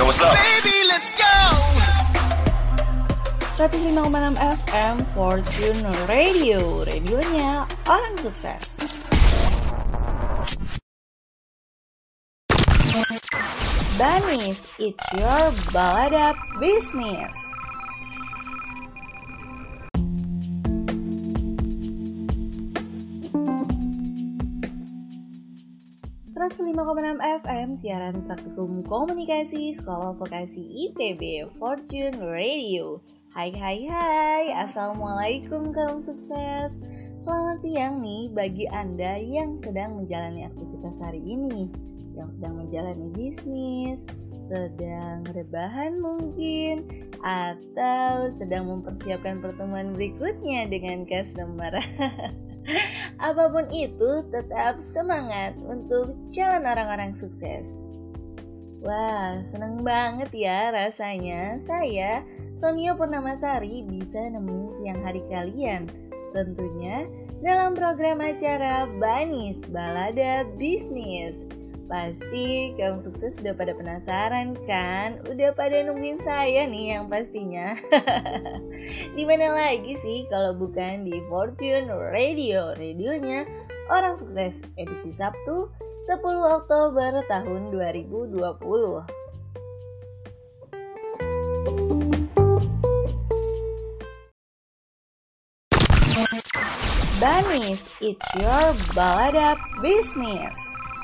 Yo, what's up? Baby, let's go. 105,6 FM Fortune Radio, radionya orang sukses. Banis, it's your balada business. .6 FM siaran praktikum komunikasi Sekolah Vokasi IPB Fortune Radio. Hai, assalamualaikum kaum sukses. Selamat siang nih bagi Anda yang sedang menjalani aktivitas hari ini, yang sedang menjalani bisnis, sedang rebahan mungkin, atau sedang mempersiapkan pertemuan berikutnya dengan customer. Apapun itu, tetap semangat untuk jalan orang-orang sukses. Wah, seneng banget ya rasanya saya, Sonia Purnamasari, bisa nemenin siang hari kalian. Tentunya dalam program acara Banis Balada Bisnis. Pasti kaum sukses udah pada penasaran kan? Udah pada nungguin saya nih yang pastinya. Dimana lagi sih kalau bukan di Fortune Radio, radionya orang sukses, edisi Sabtu 10 Oktober tahun 2020. Banis, it's your balada business.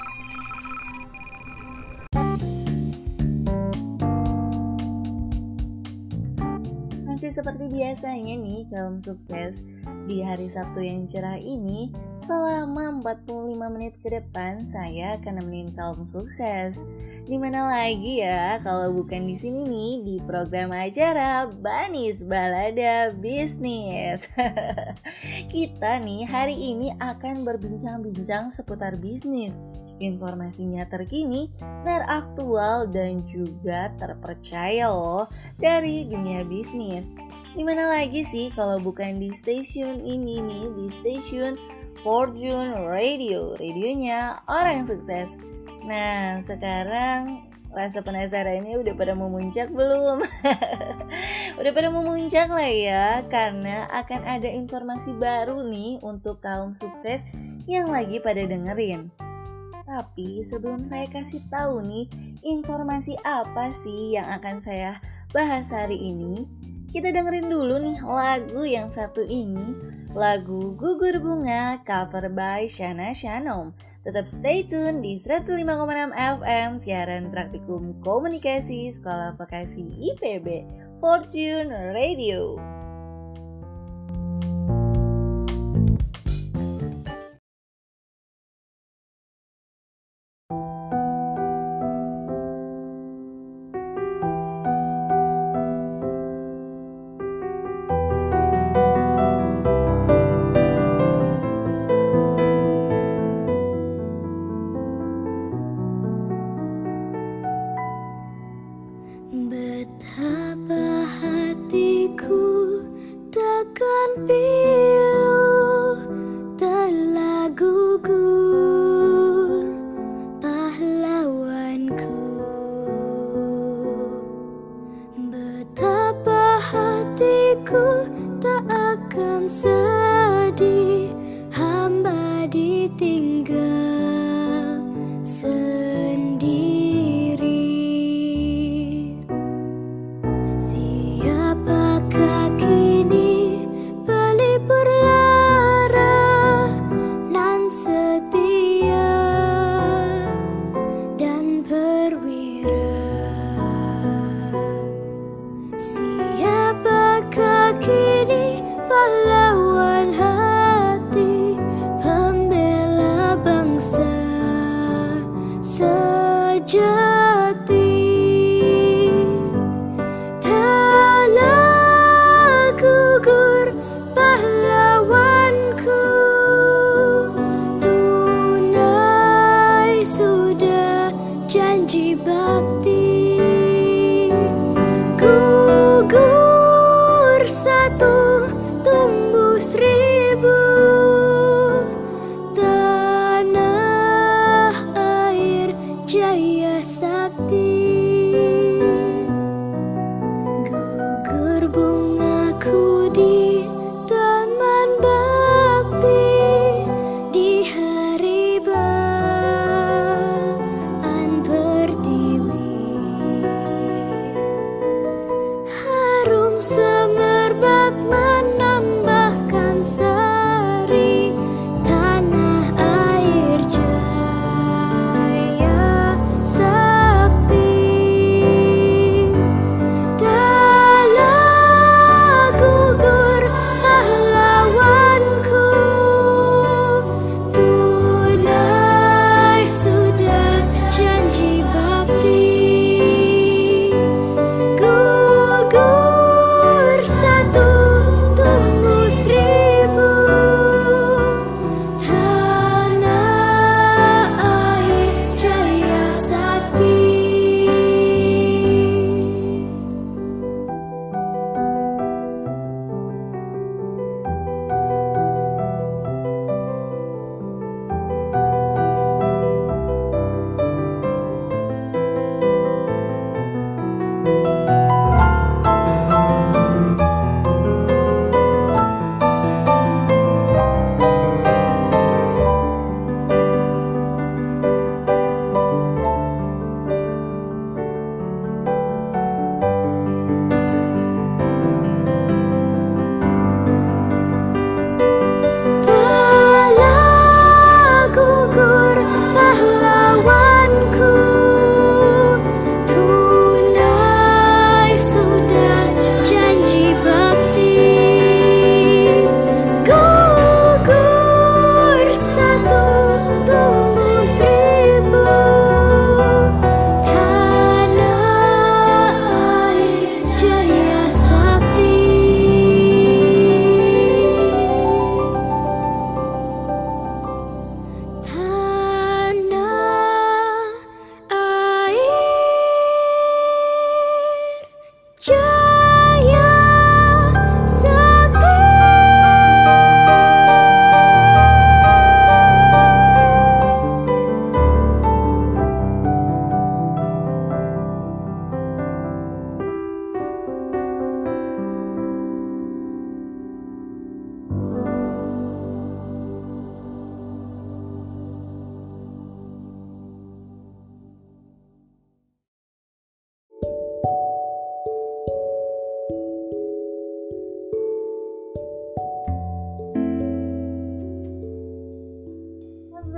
Masih seperti biasanya nih kaum sukses, di hari Sabtu yang cerah ini selama 45 menit ke depan saya akan nemenin kaum sukses. Dimana lagi ya kalau bukan di sini nih di program acara Banis Balada Bisnis. Kita nih hari ini akan berbincang-bincang seputar bisnis. Informasinya terkini, teraktual, dan juga terpercaya loh dari dunia bisnis. Dimana lagi sih kalau bukan di stasiun ini nih, di stasiun Fortune Radio, radionya orang sukses. Nah, sekarang rasa penasarannya udah pada memuncak belum? Udah pada memuncak lah ya, karena akan ada informasi baru nih untuk kaum sukses yang lagi pada dengerin. Tapi sebelum saya kasih tahu nih informasi apa sih yang akan saya bahas hari ini, kita dengerin dulu nih lagu yang satu ini, lagu Gugur Bunga cover by Shana Shanom. Tetap stay tune di 105,6 FM siaran praktikum komunikasi Sekolah Vokasi IPB Fortune Radio. Betapa hatiku takkan pilu, telah gugur pahlawanku. Betapa hatiku tak akan sedih, hamba ditinggal sendiri. Siapakah kini pelipur lara nan setia dan perwira? Siapakah kini pahlawan hati, pembela bangsa sejati? Telah gugur pahlawanku, tunai sudah janji bakti. Gugur satu, tumbuh seribu, tanah air jaya sakti.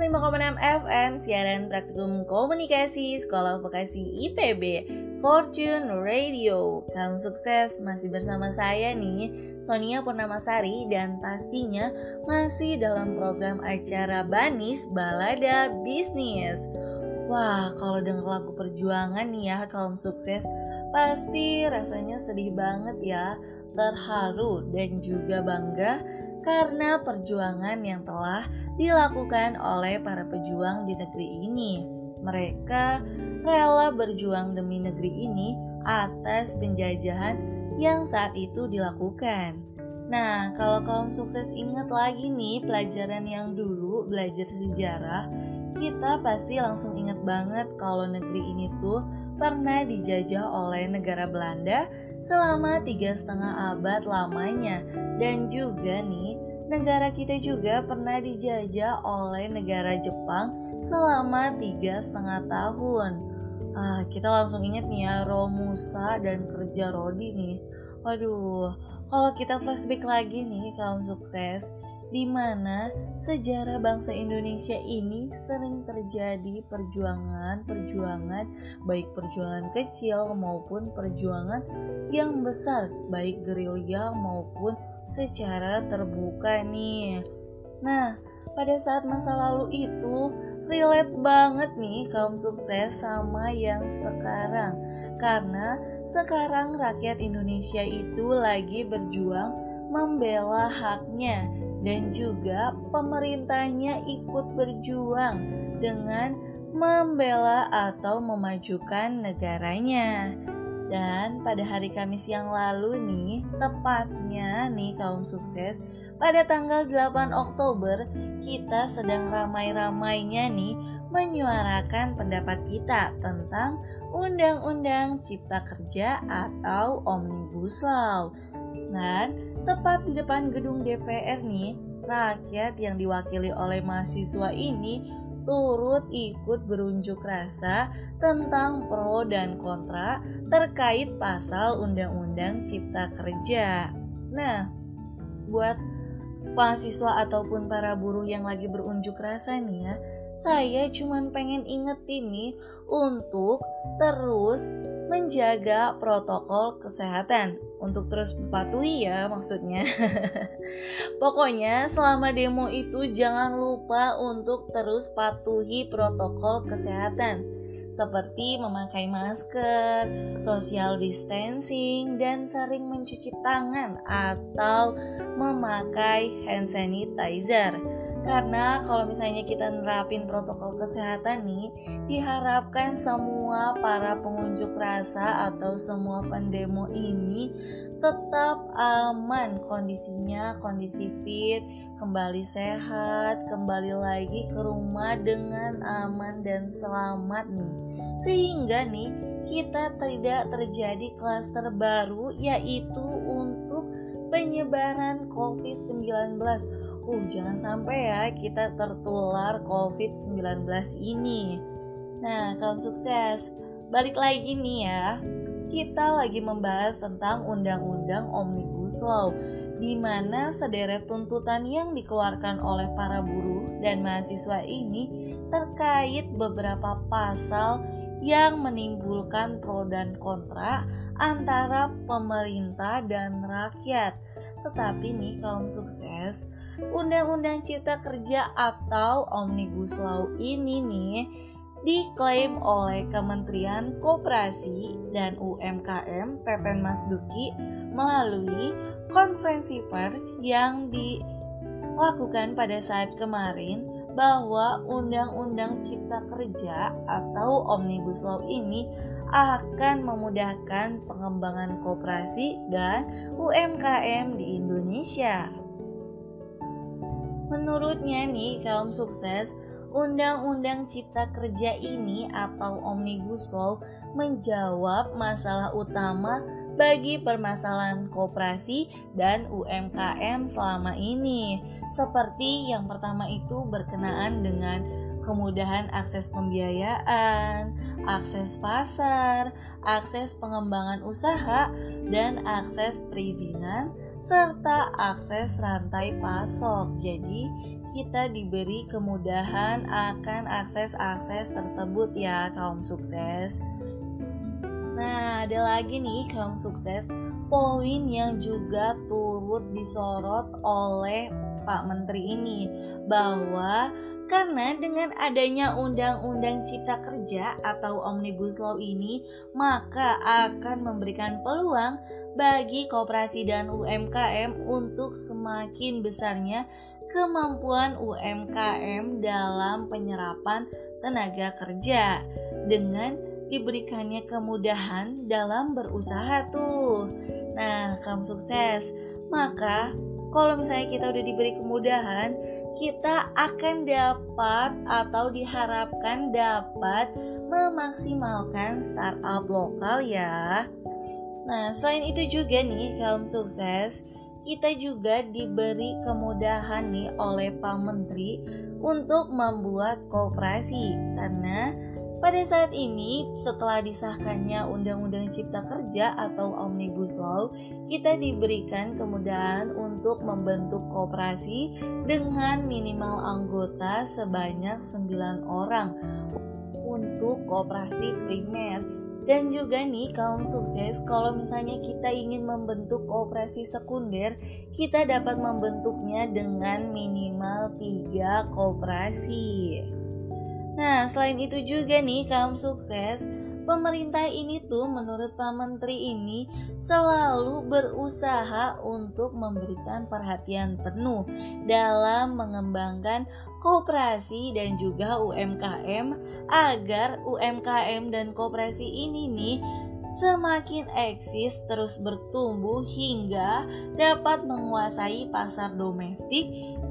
105,6 FM, siaran praktikum komunikasi Sekolah Vokasi IPB, Fortune Radio. Kamu sukses, masih bersama saya nih, Sonia Purnamasari, dan pastinya masih dalam program acara Banis Balada Bisnis. Wah, kalau denger lagu perjuangan nih ya, kaum sukses, pasti rasanya sedih banget ya, terharu dan juga bangga karena perjuangan yang telah dilakukan oleh para pejuang di negeri ini. Mereka rela berjuang demi negeri ini atas penjajahan yang saat itu dilakukan. Nah, kalau kaum sukses ingat lagi nih pelajaran yang dulu belajar sejarah, kita pasti langsung ingat banget kalau negeri ini tuh pernah dijajah oleh negara Belanda selama 3,5 abad lamanya. Dan juga nih, negara kita juga pernah dijajah oleh negara Jepang selama 3,5 tahun. Kita langsung ingat nih ya, Romusa dan kerja Rodi nih. Waduh, kalau kita flashback lagi nih kaum sukses, di mana sejarah bangsa Indonesia ini sering terjadi perjuangan, baik perjuangan kecil maupun perjuangan yang besar, baik gerilya maupun secara terbuka nih. Nah, pada saat masa lalu itu relate banget nih kaum sukses sama yang sekarang, karena sekarang rakyat Indonesia itu lagi berjuang membela haknya, dan juga pemerintahnya ikut berjuang dengan membela atau memajukan negaranya. Dan pada hari Kamis yang lalu nih, tepatnya nih kaum sukses, pada tanggal 8 Oktober, kita sedang ramai-ramainya nih menyuarakan pendapat kita tentang Undang-Undang Cipta Kerja atau Omnibus Law. Dan tepat di depan gedung DPR nih, rakyat yang diwakili oleh mahasiswa ini turut ikut berunjuk rasa tentang pro dan kontra terkait pasal Undang-Undang Cipta Kerja. Nah, buat mahasiswa ataupun para buruh yang lagi berunjuk rasa nih ya, saya cuman pengen ingetin nih untuk terus menjaga protokol kesehatan, untuk terus mematuhi ya maksudnya. Pokoknya selama demo itu jangan lupa untuk terus patuhi protokol kesehatan, seperti memakai masker, social distancing, dan sering mencuci tangan atau memakai hand sanitizer. Karena kalau misalnya kita nerapin protokol kesehatan nih, diharapkan semua para pengunjuk rasa atau semua pendemo ini tetap aman kondisinya, kondisi fit, kembali sehat, kembali lagi ke rumah dengan aman dan selamat nih. Sehingga nih kita tidak terjadi klaster baru, yaitu untuk penyebaran COVID-19. Jangan sampai ya kita tertular COVID-19 ini. Nah, kaum sukses, balik lagi nih ya. Kita lagi membahas tentang Undang-Undang Omnibus Law, di mana sederet tuntutan yang dikeluarkan oleh para buruh dan mahasiswa ini terkait beberapa pasal yang menimbulkan pro dan kontra antara pemerintah dan rakyat. Tetapi nih kaum sukses, Undang-Undang Cipta Kerja atau Omnibus Law ini nih diklaim oleh Kementerian Koperasi dan UMKM Teten Mas Duki melalui konferensi pers yang dilakukan pada saat kemarin, bahwa Undang-Undang Cipta Kerja atau Omnibus Law ini akan memudahkan pengembangan koperasi dan UMKM di Indonesia. Menurutnya nih kaum sukses, Undang-Undang Cipta Kerja ini atau Omnibus Law menjawab masalah utama bagi permasalahan koperasi dan UMKM selama ini. Seperti yang pertama itu berkenaan dengan kemudahan akses pembiayaan, akses pasar, akses pengembangan usaha, dan akses perizinan, serta akses rantai pasok. Jadi kita diberi kemudahan akan akses-akses tersebut ya kaum sukses. Nah, ada lagi nih kaum sukses, poin yang juga turut disorot oleh Pak Menteri ini, bahwa karena dengan adanya Undang-Undang Cipta Kerja atau Omnibus Law ini, maka akan memberikan peluang bagi koperasi dan UMKM untuk semakin besarnya kemampuan UMKM dalam penyerapan tenaga kerja dengan diberikannya kemudahan dalam berusaha tuh. Nah, kamu sukses. Maka kalau misalnya kita udah diberi kemudahan, kita akan dapat atau diharapkan dapat memaksimalkan startup lokal ya. Nah, selain itu juga nih kaum sukses, kita juga diberi kemudahan nih oleh Pak Menteri untuk membuat koperasi, karena pada saat ini setelah disahkannya Undang-Undang Cipta Kerja atau Omnibus Law, kita diberikan kemudahan untuk membentuk koperasi dengan minimal anggota sebanyak 9 orang untuk koperasi primer. Dan juga nih kaum sukses, kalau misalnya kita ingin membentuk koperasi sekunder, kita dapat membentuknya dengan minimal 3 koperasi. Nah, selain itu juga nih kaum sukses, pemerintah ini tuh menurut Pak Menteri ini selalu berusaha untuk memberikan perhatian penuh dalam mengembangkan koperasi dan juga UMKM, agar UMKM dan koperasi ini nih semakin eksis terus bertumbuh hingga dapat menguasai pasar domestik,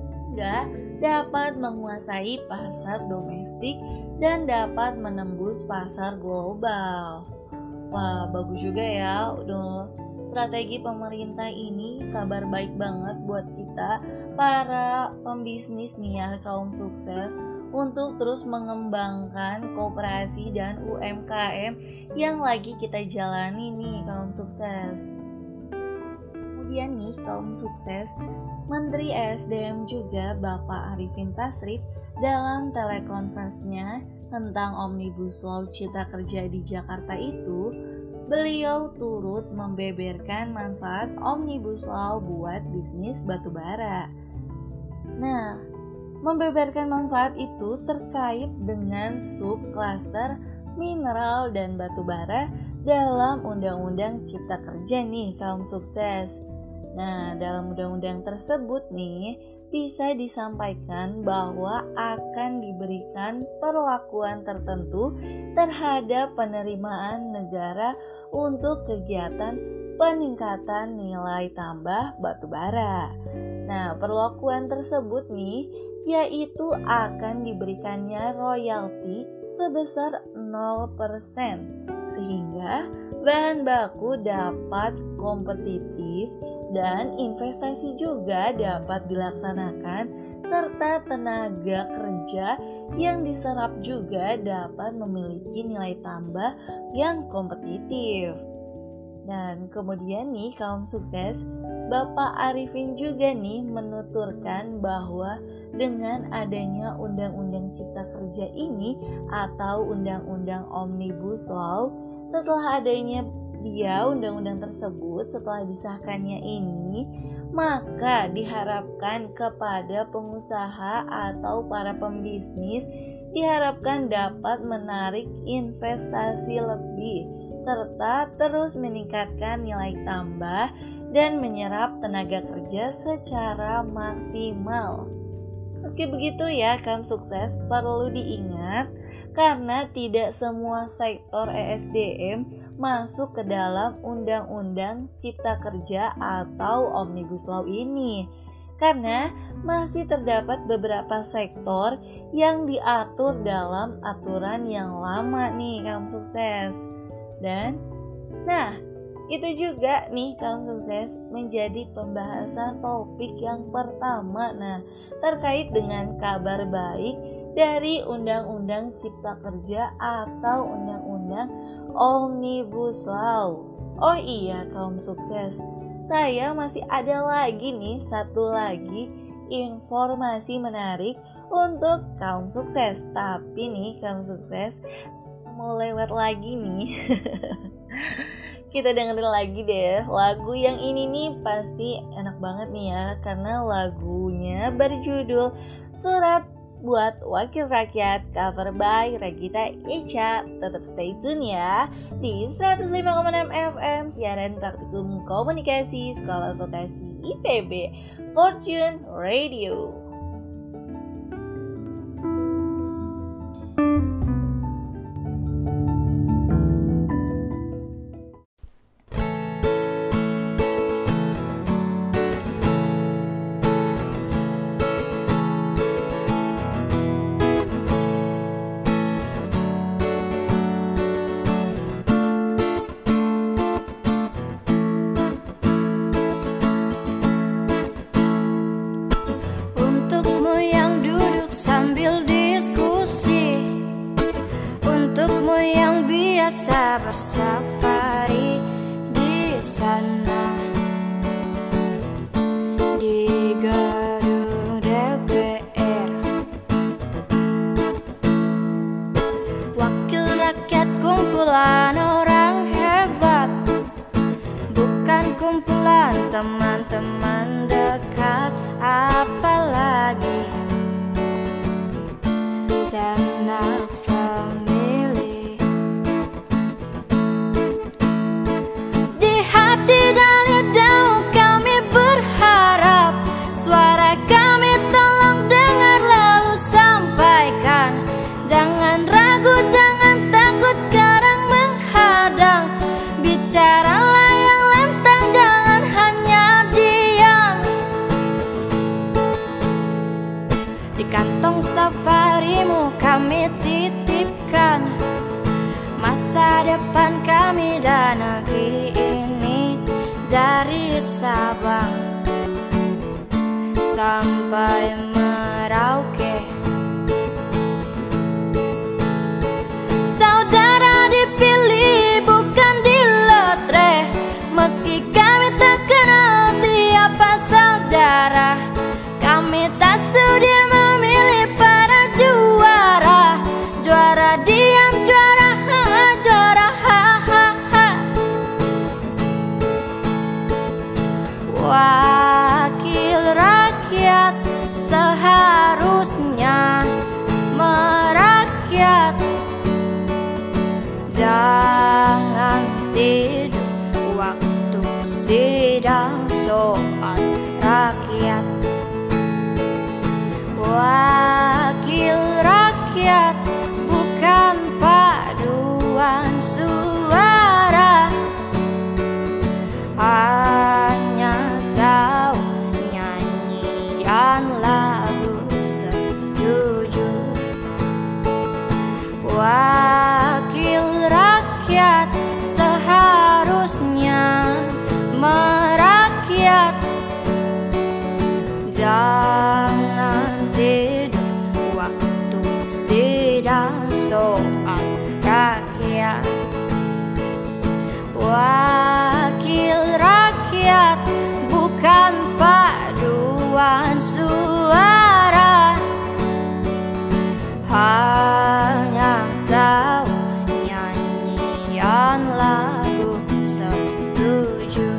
dan dapat menembus pasar global. Wah, bagus juga ya. Strategi pemerintah ini kabar baik banget buat kita para pembisnis nih ya kaum sukses, untuk terus mengembangkan koperasi dan UMKM yang lagi kita jalani nih kaum sukses. Kemudian nih kaum sukses, Menteri ESDM juga Bapak Arifin Tasrif dalam telekonferensinya tentang Omnibus Law Cipta Kerja di Jakarta itu, beliau turut membeberkan manfaat Omnibus Law buat bisnis batubara. Nah, membeberkan manfaat itu terkait dengan subklaster mineral dan batubara dalam Undang-Undang Cipta Kerja nih kaum sukses. Nah, dalam undang-undang tersebut nih bisa disampaikan bahwa akan diberikan perlakuan tertentu terhadap penerimaan negara untuk kegiatan peningkatan nilai tambah batubara. Nah, perlakuan tersebut nih yaitu akan diberikannya royalti sebesar 0%, sehingga bahan baku dapat kompetitif dan investasi juga dapat dilaksanakan, serta tenaga kerja yang diserap juga dapat memiliki nilai tambah yang kompetitif. Dan kemudian nih kaum sukses, Bapak Arifin juga nih menuturkan bahwa dengan adanya Undang-Undang Cipta Kerja ini atau Undang-Undang Omnibus Law, setelah adanya undang-undang tersebut, setelah disahkannya ini, maka diharapkan kepada pengusaha atau para pembisnis diharapkan dapat menarik investasi lebih, serta terus meningkatkan nilai tambah dan menyerap tenaga kerja secara maksimal. Meski begitu ya kaum sukses, perlu diingat karena tidak semua sektor ESDM masuk ke dalam Undang-Undang Cipta Kerja atau Omnibus Law ini, karena masih terdapat beberapa sektor yang diatur dalam aturan yang lama nih kaum sukses. Dan itu juga nih kaum sukses menjadi pembahasan topik yang pertama, terkait dengan kabar baik dari Undang-Undang Cipta Kerja atau Undang-Undang Omnibus Law. Oh iya kaum sukses, saya masih ada lagi nih satu lagi informasi menarik untuk kaum sukses. Tapi nih kaum sukses, mau lewat lagi nih. Kita dengerin lagi deh lagu yang ini nih, pasti enak banget nih ya, karena lagunya berjudul Surat Buat Wakil Rakyat, cover by Regita Echa. Tetap stay tune ya di 105,6 FM siaran praktikum komunikasi Sekolah Vokasi IPB Fortune Radio. Bersafari di sana di gedung DPR, wakil rakyat kumpulan orang hebat, bukan kumpulan teman-teman dekat, apalagi sanak family. Suara kami tolong dengar lalu sampaikan. Jangan ragu, jangan takut karang menghadang. Bicaralah yang lantang, jangan hanya diam. Di kantong safarimu kami titipkan masa depan kami dan negeri ini. Dari Sabang sampai Merauke, saudara dipilih bukan dilotre. Meski kami tak kenal siapa saudara, kami tak sudi memilih para juara. Juara diam, juara ha, juara ha ha ha. Wakil rakyat seharusnya merakyat. Jangan tidur waktu sidang soal rakyat. Wakil rakyat bukan paduan suara, hanya tahu nyanyian lagu setuju. Wakil rakyat seharusnya merakyat. Jangan tidur waktu sidang soal rakyat. Wakil rakyat bukan paduan suara, hanya tahu nyanyian lagu setuju.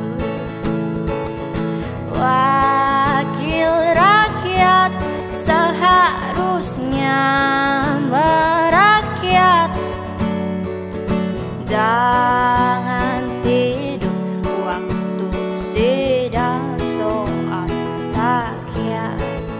Wakil rakyat seharusnya merakyat. Jangan tidur waktu sidang soal rakyat.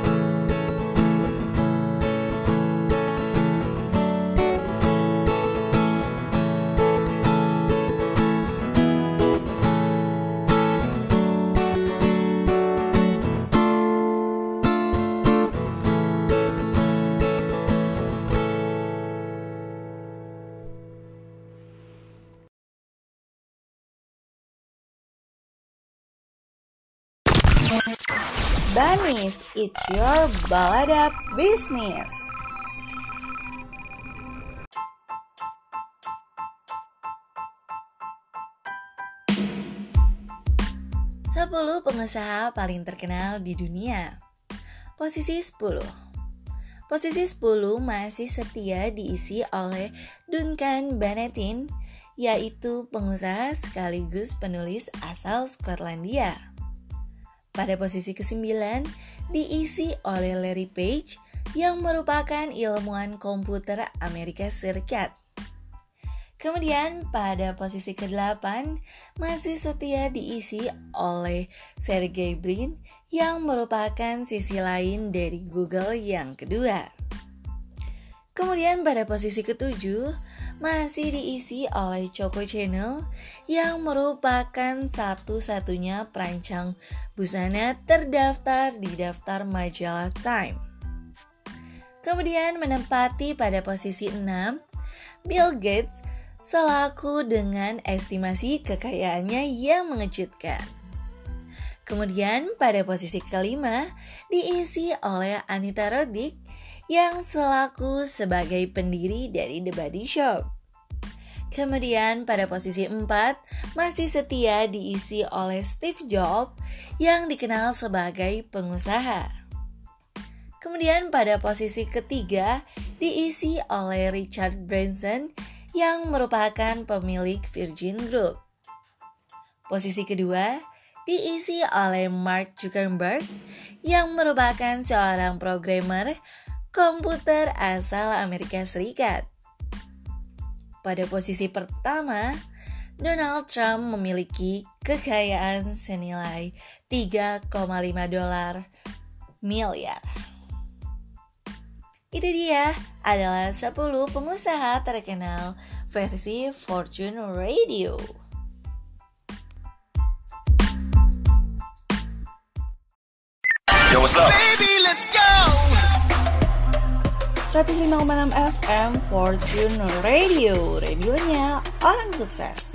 Banis, it's your balada business. Sepuluh pengusaha paling terkenal di dunia. Posisi 10. Posisi 10 masih setia diisi oleh Duncan Bannatyne, yaitu pengusaha sekaligus penulis asal Skotlandia. Pada posisi ke-9 diisi oleh Larry Page yang merupakan ilmuwan komputer Amerika Serikat. Kemudian pada posisi ke-8 masih setia diisi oleh Sergey Brin yang merupakan sisi lain dari Google yang kedua. Kemudian pada posisi ke-7 masih diisi oleh Coco Chanel yang merupakan satu-satunya perancang busana terdaftar di daftar majalah Time. Kemudian menempati pada posisi 6 Bill Gates selaku dengan estimasi kekayaannya yang mengejutkan. Kemudian pada posisi ke-5 diisi oleh Anita Roddick yang selaku sebagai pendiri dari The Body Shop. Kemudian pada posisi 4 masih setia diisi oleh Steve Jobs yang dikenal sebagai pengusaha. Kemudian pada posisi ketiga diisi oleh Richard Branson yang merupakan pemilik Virgin Group. Posisi kedua diisi oleh Mark Zuckerberg yang merupakan seorang programmer komputer asal Amerika Serikat. Pada posisi pertama, Donald Trump memiliki kekayaan senilai $3,5 miliar. Itu dia adalah 10 pengusaha terkenal versi Fortune Radio. Yo, what's up? Baby, let's go! 105,6 FM Fortune Radio, radionya orang sukses.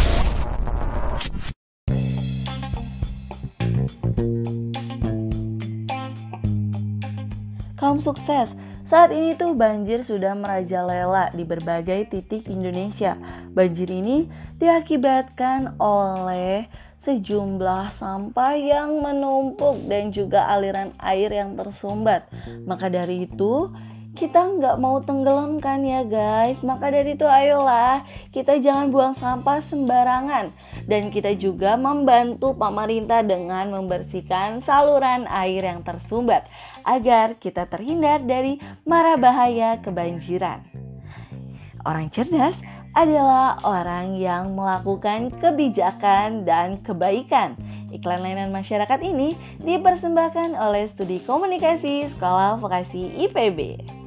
Kaum sukses, saat ini tuh banjir sudah merajalela di berbagai titik Indonesia. Banjir ini diakibatkan oleh sejumlah sampah yang menumpuk dan juga aliran air yang tersumbat. Maka dari itu kita nggak mau tenggelamkan ya guys. Maka dari itu ayolah kita jangan buang sampah sembarangan. Dan kita juga membantu pemerintah dengan membersihkan saluran air yang tersumbat agar kita terhindar dari mara bahaya kebanjiran. Orang cerdas adalah orang yang melakukan kebijakan dan kebaikan. Iklan layanan masyarakat ini dipersembahkan oleh Studi Komunikasi Sekolah Vokasi IPB.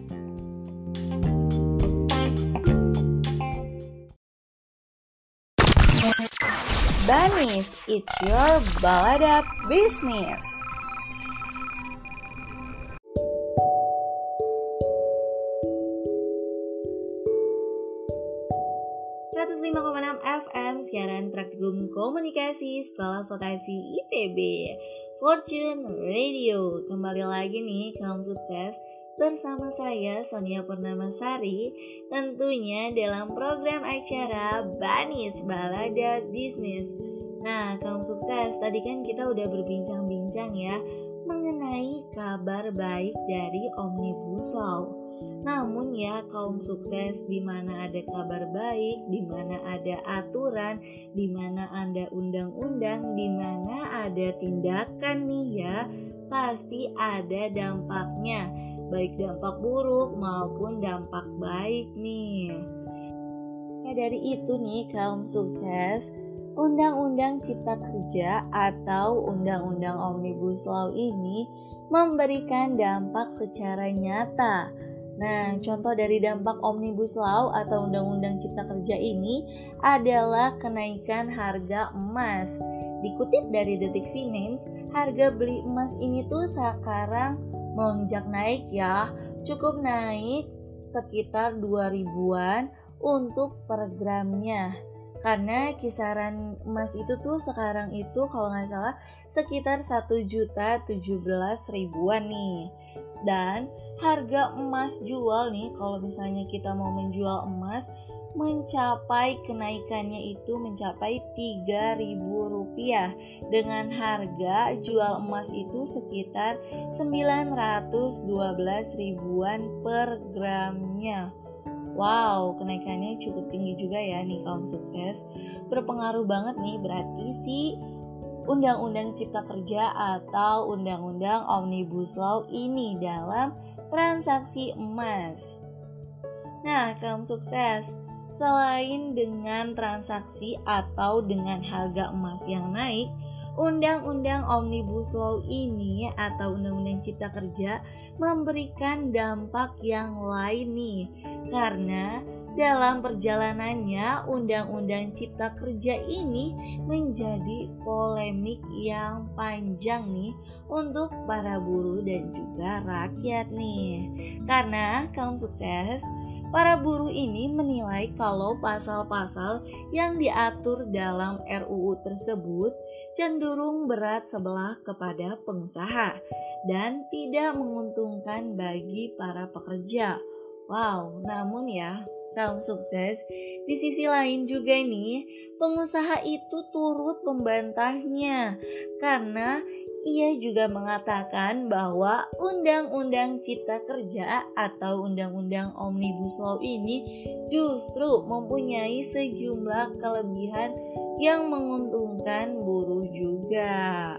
Banis, it's your balada business. FM siaran praktikum komunikasi Sekolah Vokasi IPB Fortune Radio. Kembali lagi nih kaum sukses bersama saya Sonia Purnamasari, tentunya dalam program acara Banis Balada Bisnis. Nah kaum sukses, tadi kan kita udah berbincang-bincang ya mengenai kabar baik dari Omnibus Law. Namun ya kaum sukses, di mana ada kabar baik, di mana ada aturan, di mana ada undang-undang, di mana ada tindakan nih ya, pasti ada dampaknya, baik dampak buruk maupun dampak baik nih. Nah dari itu nih kaum sukses, Undang-Undang Cipta Kerja atau Undang-Undang Omnibus Law ini memberikan dampak secara nyata. Nah, contoh dari dampak Omnibus Law atau Undang-Undang Cipta Kerja ini adalah kenaikan harga emas. Dikutip dari Detik Finance, harga beli emas ini tuh sekarang melonjak naik ya, cukup naik sekitar 2.000-an untuk per gramnya. Karena kisaran emas itu tuh sekarang itu kalau nggak salah sekitar 1.017.000-an nih. Dan harga emas jual nih, kalau misalnya kita mau menjual emas, mencapai kenaikannya itu mencapai Rp3.000 dengan harga jual emas itu sekitar 912 ribuan per gramnya. Wow, kenaikannya cukup tinggi juga ya nih kaum sukses. Berpengaruh banget nih berarti si Undang-Undang Cipta Kerja atau Undang-Undang Omnibus Law ini dalam transaksi emas. Nah, kaum sukses, selain dengan transaksi atau dengan harga emas yang naik, Undang-Undang Omnibus Law ini atau Undang-Undang Cipta Kerja memberikan dampak yang lain nih. Karena dalam perjalanannya Undang-Undang Cipta Kerja ini menjadi polemik yang panjang nih untuk para buruh dan juga rakyat nih. Karena kaum sukses, para buruh ini menilai kalau pasal-pasal yang diatur dalam RUU tersebut cenderung berat sebelah kepada pengusaha dan tidak menguntungkan bagi para pekerja. Wow, namun ya, kaum sukses, di sisi lain juga nih, pengusaha itu turut membantahnya karena ia juga mengatakan bahwa Undang-Undang Cipta Kerja atau Undang-Undang Omnibus Law ini justru mempunyai sejumlah kelebihan yang menguntungkan buruh juga.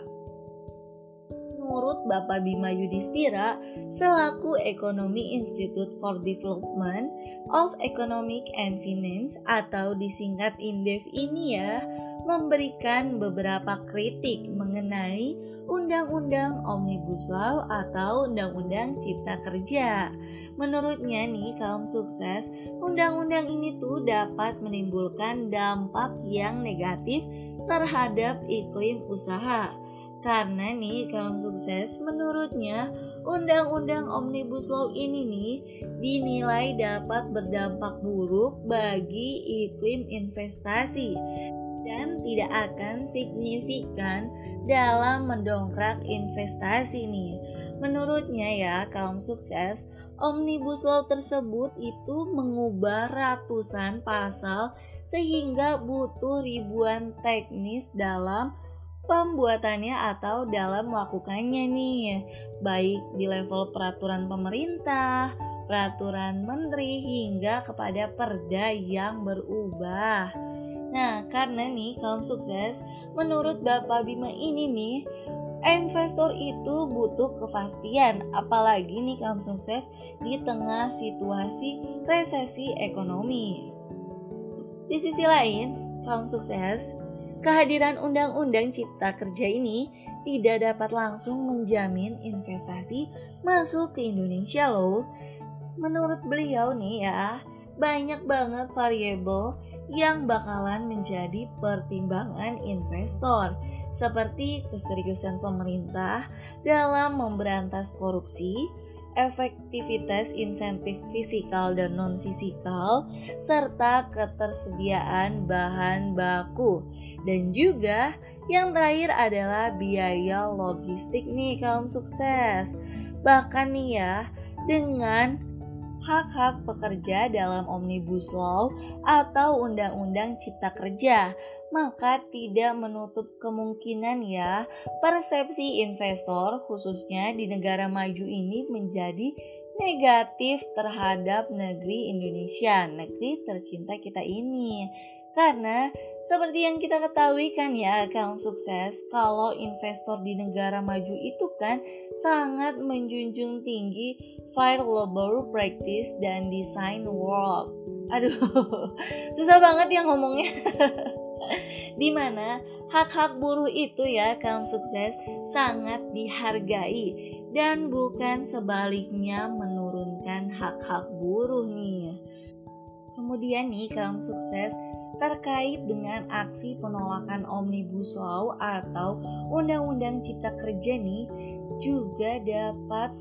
Menurut Bapak Bima Yudhistira selaku Ekonomi Institute for Development of Economic and Finance atau disingkat INDEF ini ya, memberikan beberapa kritik mengenai Undang-Undang Omnibus Law atau Undang-Undang Cipta Kerja. Menurutnya nih kaum sukses, undang-undang ini tuh dapat menimbulkan dampak yang negatif terhadap iklim usaha. Karena nih kaum sukses, menurutnya Undang-Undang Omnibus Law ini nih dinilai dapat berdampak buruk bagi iklim investasi dan tidak akan signifikan dalam mendongkrak investasi nih. Menurutnya ya kaum sukses, Omnibus Law tersebut itu mengubah ratusan pasal sehingga butuh ribuan teknis dalam pembuatannya atau dalam melakukannya nih, baik di level peraturan pemerintah, peraturan menteri hingga kepada perda yang berubah. Nah, karena nih kaum sukses, menurut Bapak Bima ini nih, investor itu butuh kepastian, apalagi nih kaum sukses di tengah situasi resesi ekonomi. Di sisi lain, kaum sukses, kehadiran Undang-Undang Cipta Kerja ini tidak dapat langsung menjamin investasi masuk ke Indonesia loh. Menurut beliau nih ya, banyak banget variabel yang bakalan menjadi pertimbangan investor, seperti keseriusan pemerintah dalam memberantas korupsi, efektivitas insentif fisikal dan non-fisikal, serta ketersediaan bahan baku. Dan juga yang terakhir adalah biaya logistik nih kaum sukses. Bahkan nih ya, dengan hak-hak pekerja dalam Omnibus Law atau Undang-Undang Cipta Kerja, maka tidak menutup kemungkinan ya persepsi investor khususnya di negara maju ini menjadi negatif terhadap negeri Indonesia, negeri tercinta kita ini. Karena seperti yang kita ketahui kan ya kaum sukses, kalau investor di negara maju itu kan sangat menjunjung tinggi fair labor practice dan design work. Aduh, susah banget ya ngomongnya. Dimana hak-hak buruh itu ya kaum sukses sangat dihargai dan bukan sebaliknya menurunkan hak-hak buruh nih. Kemudian nih kaum sukses, terkait dengan aksi penolakan Omnibus Law atau Undang-Undang Cipta Kerja nih juga dapat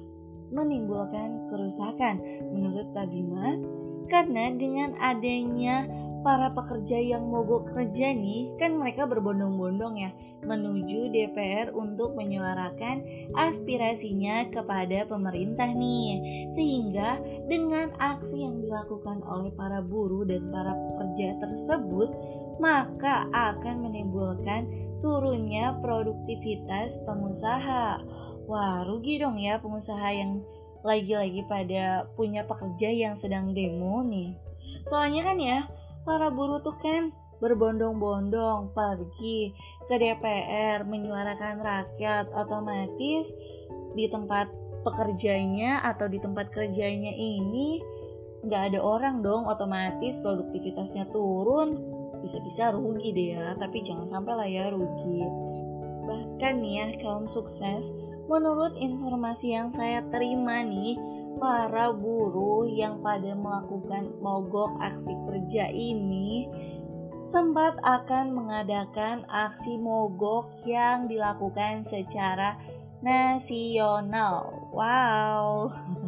menimbulkan kerusakan menurut Pak Bima, karena dengan adanya para pekerja yang mogok kerja nih, kan mereka berbondong-bondong ya menuju DPR untuk menyuarakan aspirasinya kepada pemerintah nih. Sehingga dengan aksi yang dilakukan oleh para buruh dan para pekerja tersebut, maka akan menimbulkan turunnya produktivitas pengusaha. Wah, rugi dong ya pengusaha yang lagi-lagi pada punya pekerja yang sedang demo nih. Soalnya kan ya, para buruh tuh kan berbondong-bondong pergi ke DPR menyuarakan rakyat, otomatis di tempat pekerjanya atau di tempat kerjanya ini nggak ada orang dong, otomatis produktivitasnya turun, bisa-bisa rugi deh ya, tapi jangan sampai lah ya rugi. Bahkan nih ya kaum sukses, menurut informasi yang saya terima nih, para buruh yang pada melakukan mogok aksi kerja ini sempat akan mengadakan aksi mogok yang dilakukan secara nasional. Wow.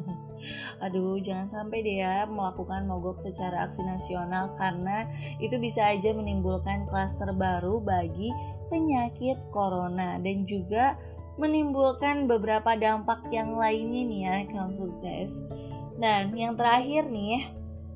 Aduh, jangan sampai deh ya melakukan mogok secara aksi nasional, karena itu bisa aja menimbulkan klaster baru bagi penyakit corona dan juga menimbulkan beberapa dampak yang lainnya nih ya kaum sukses. Dan yang terakhir nih,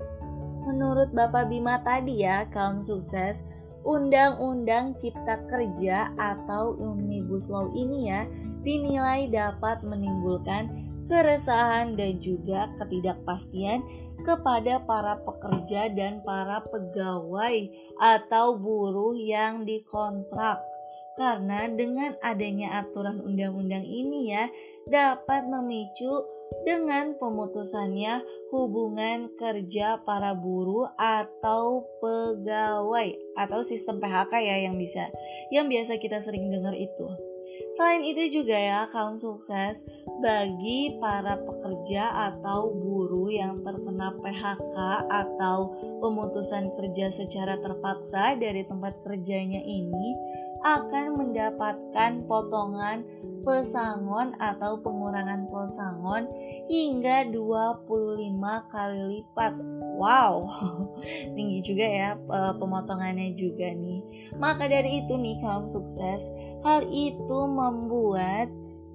menurut Bapak Bima tadi ya kaum sukses, Undang-Undang Cipta Kerja atau Omnibus Law ini ya dinilai dapat menimbulkan keresahan dan juga ketidakpastian kepada para pekerja dan para pegawai atau buruh yang dikontrak. Karena dengan adanya aturan undang-undang ini ya dapat memicu dengan pemutusannya hubungan kerja para buruh atau pegawai atau sistem PHK ya yang biasa kita sering dengar itu. Selain itu juga ya kaum sukses, bagi para pekerja atau buruh yang terkena PHK atau pemutusan kerja secara terpaksa dari tempat kerjanya ini akan mendapatkan potongan pesangon atau pengurangan pesangon hingga 25 kali lipat. Wow, tinggi juga ya pemotongannya juga nih. Maka dari itu nih kaum sukses, hal itu membuat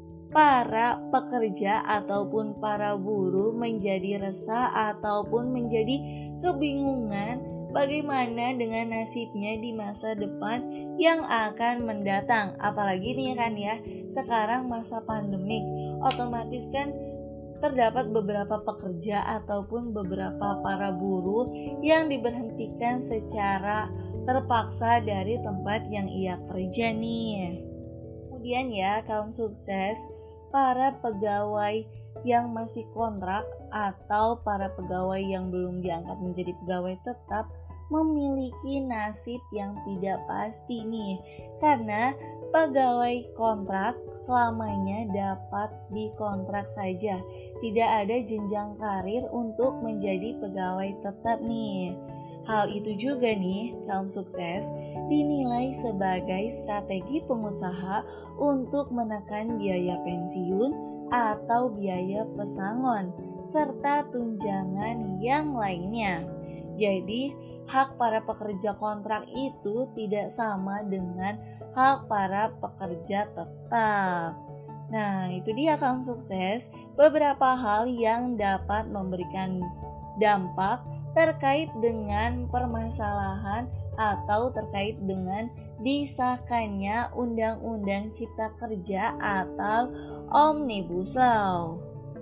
para pekerja ataupun para buruh menjadi resah ataupun menjadi kebingungan bagaimana dengan nasibnya di masa depan yang akan mendatang. Apalagi nih kan ya, sekarang masa pandemik, otomatis kan terdapat beberapa pekerja ataupun beberapa para buruh yang diberhentikan secara terpaksa dari tempat yang ia kerja nih. Kemudian ya kaum sukses, para pegawai yang masih kontrak atau para pegawai yang belum diangkat menjadi pegawai tetap memiliki nasib yang tidak pasti nih, karena pegawai kontrak selamanya dapat dikontrak saja, tidak ada jenjang karir untuk menjadi pegawai tetap nih. Hal itu juga nih kaum sukses dinilai sebagai strategi pengusaha untuk menekan biaya pensiun atau biaya pesangon serta tunjangan yang lainnya. Jadi hak para pekerja kontrak itu tidak sama dengan hak para pekerja tetap. Nah, itu dia kaum sukses, beberapa hal yang dapat memberikan dampak terkait dengan permasalahan atau terkait dengan disahkannya Undang-Undang Cipta Kerja atau Omnibus Law.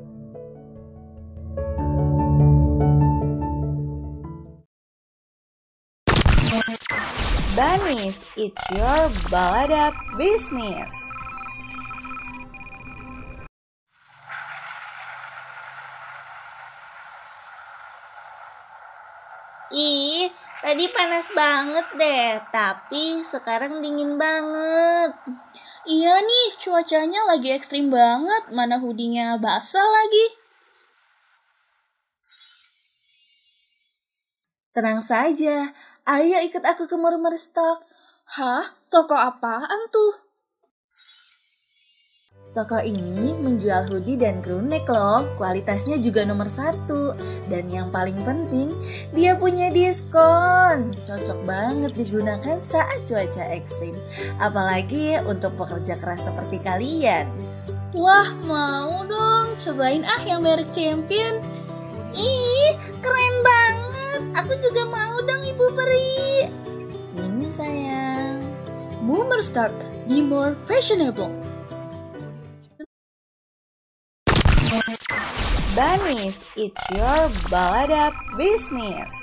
Banis, it's your balada business. Ih, tadi panas banget deh, tapi sekarang dingin banget. Iya nih, cuacanya lagi ekstrim banget, mana hoodie-nya basah lagi. Tenang saja, ayo ikut aku ke Murmur Stock. Hah? Toko apaan tuh? Toko ini menjual hoodie dan crew neck loh, kualitasnya juga nomor 1. Dan yang paling penting, dia punya diskon. Cocok banget digunakan saat cuaca ekstrim. Apalagi untuk pekerja keras seperti kalian. Wah, mau dong, cobain yang merek Champion. Ih, keren banget. Aku juga mau dong Ibu Peri. Ini sayang. Boomer Start, be more fashionable. Banis, it's your balada business.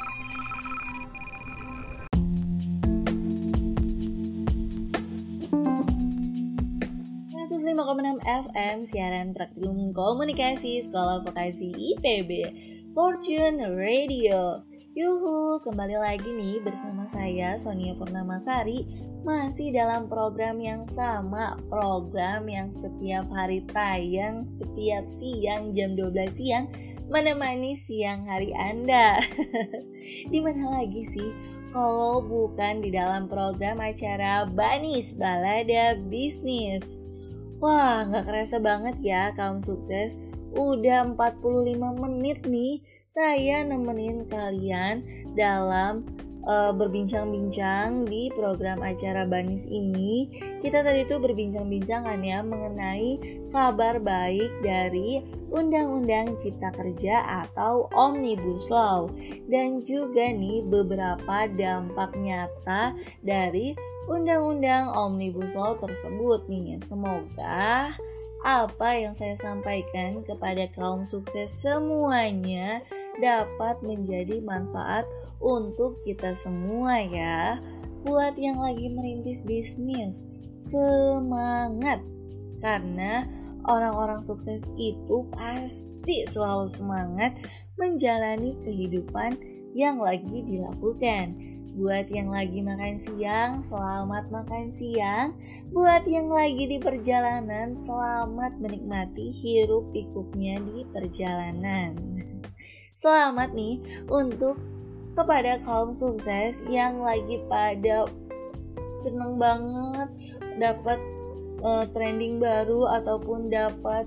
FM siaran praktikum komunikasi Sekolah Vokasi IPB Fortune Radio. Yuhu, kembali lagi nih bersama saya Sonia Purnamasari, masih dalam program yang sama, program yang setiap hari tayang setiap siang jam 12 siang, menemani siang hari Anda. Di mana lagi sih kalau bukan di dalam program acara Banis Balada Bisnis. Wah, gak kerasa banget ya kaum sukses. Udah 45 menit nih saya nemenin kalian dalam berbincang-bincang di program acara Banis ini. Kita tadi tuh berbincang-bincang kan ya mengenai kabar baik dari Undang-Undang Cipta Kerja atau Omnibus Law. Dan juga nih beberapa dampak nyata dari Undang-Undang Omnibus Law tersebut nih. Semoga apa yang saya sampaikan kepada kaum sukses semuanya dapat menjadi manfaat untuk kita semua ya. Buat yang lagi merintis bisnis, semangat. Karena orang-orang sukses itu pasti selalu semangat menjalani kehidupan yang lagi dilakukan. Buat yang lagi makan siang, selamat makan siang. Buat yang lagi di perjalanan, selamat menikmati hiruk pikuknya di perjalanan. Selamat nih untuk kepada kaum sukses yang lagi pada seneng banget dapat trending baru ataupun dapat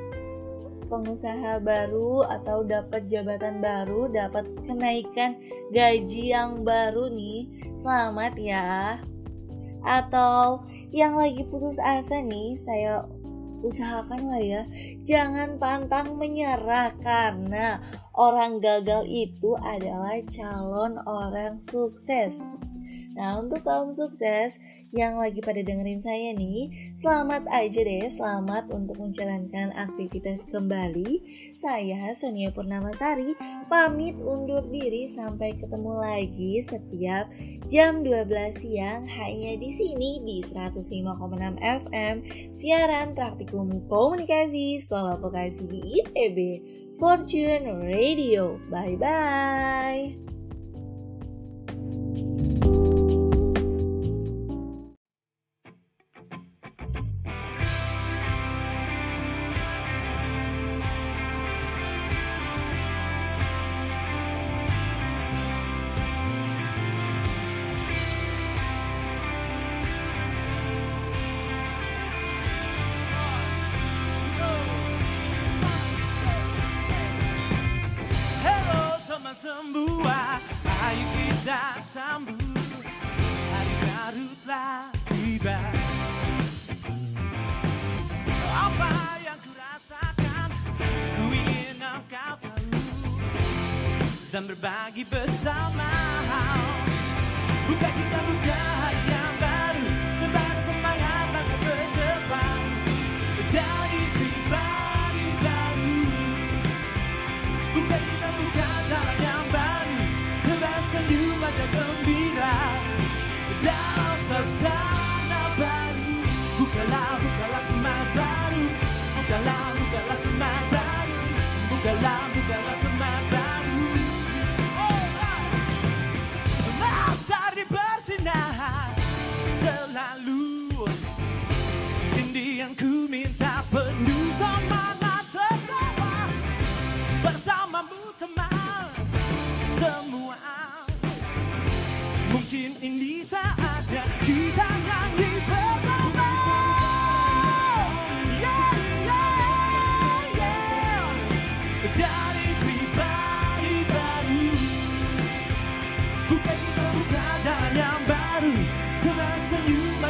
pengusaha baru atau dapat jabatan baru, dapat kenaikan gaji yang baru nih. Selamat ya. Atau yang lagi putus asa nih, saya usahakan lah ya, jangan pantang menyerah karena orang gagal itu adalah calon orang sukses. Nah, untuk kaum sukses yang lagi pada dengerin saya nih, selamat aja deh, selamat untuk menjalankan aktivitas kembali. Saya Sonia Purnamasari pamit undur diri, sampai ketemu lagi setiap jam 12 siang hanya di sini di 105,6 FM siaran praktikum komunikasi Sekolah Vokasi IPB Fortune Radio. Bye bye. Semua, ayo kita sambut, hari baru telah tiba. Apa yang kurasakan, ku ingin engkau tahu dan berbagi bersama. Buka kita buka hari yang baru, sebab semangat langkah ke depan, jadi pribadi baru. Buka kita buka jalan yang baru, coba senyum aja gembira dalam suasana baru. Bukalah, bukalah semangat baru, bukalah, bukalah semangat baru, bukalah, bukalah semangat baru. Matahari bersinar selalu, ini yang ku minta, penuh semangat tertawa bersamamu teman semua. Mungkin ini saatnya kita nyanyi bersama.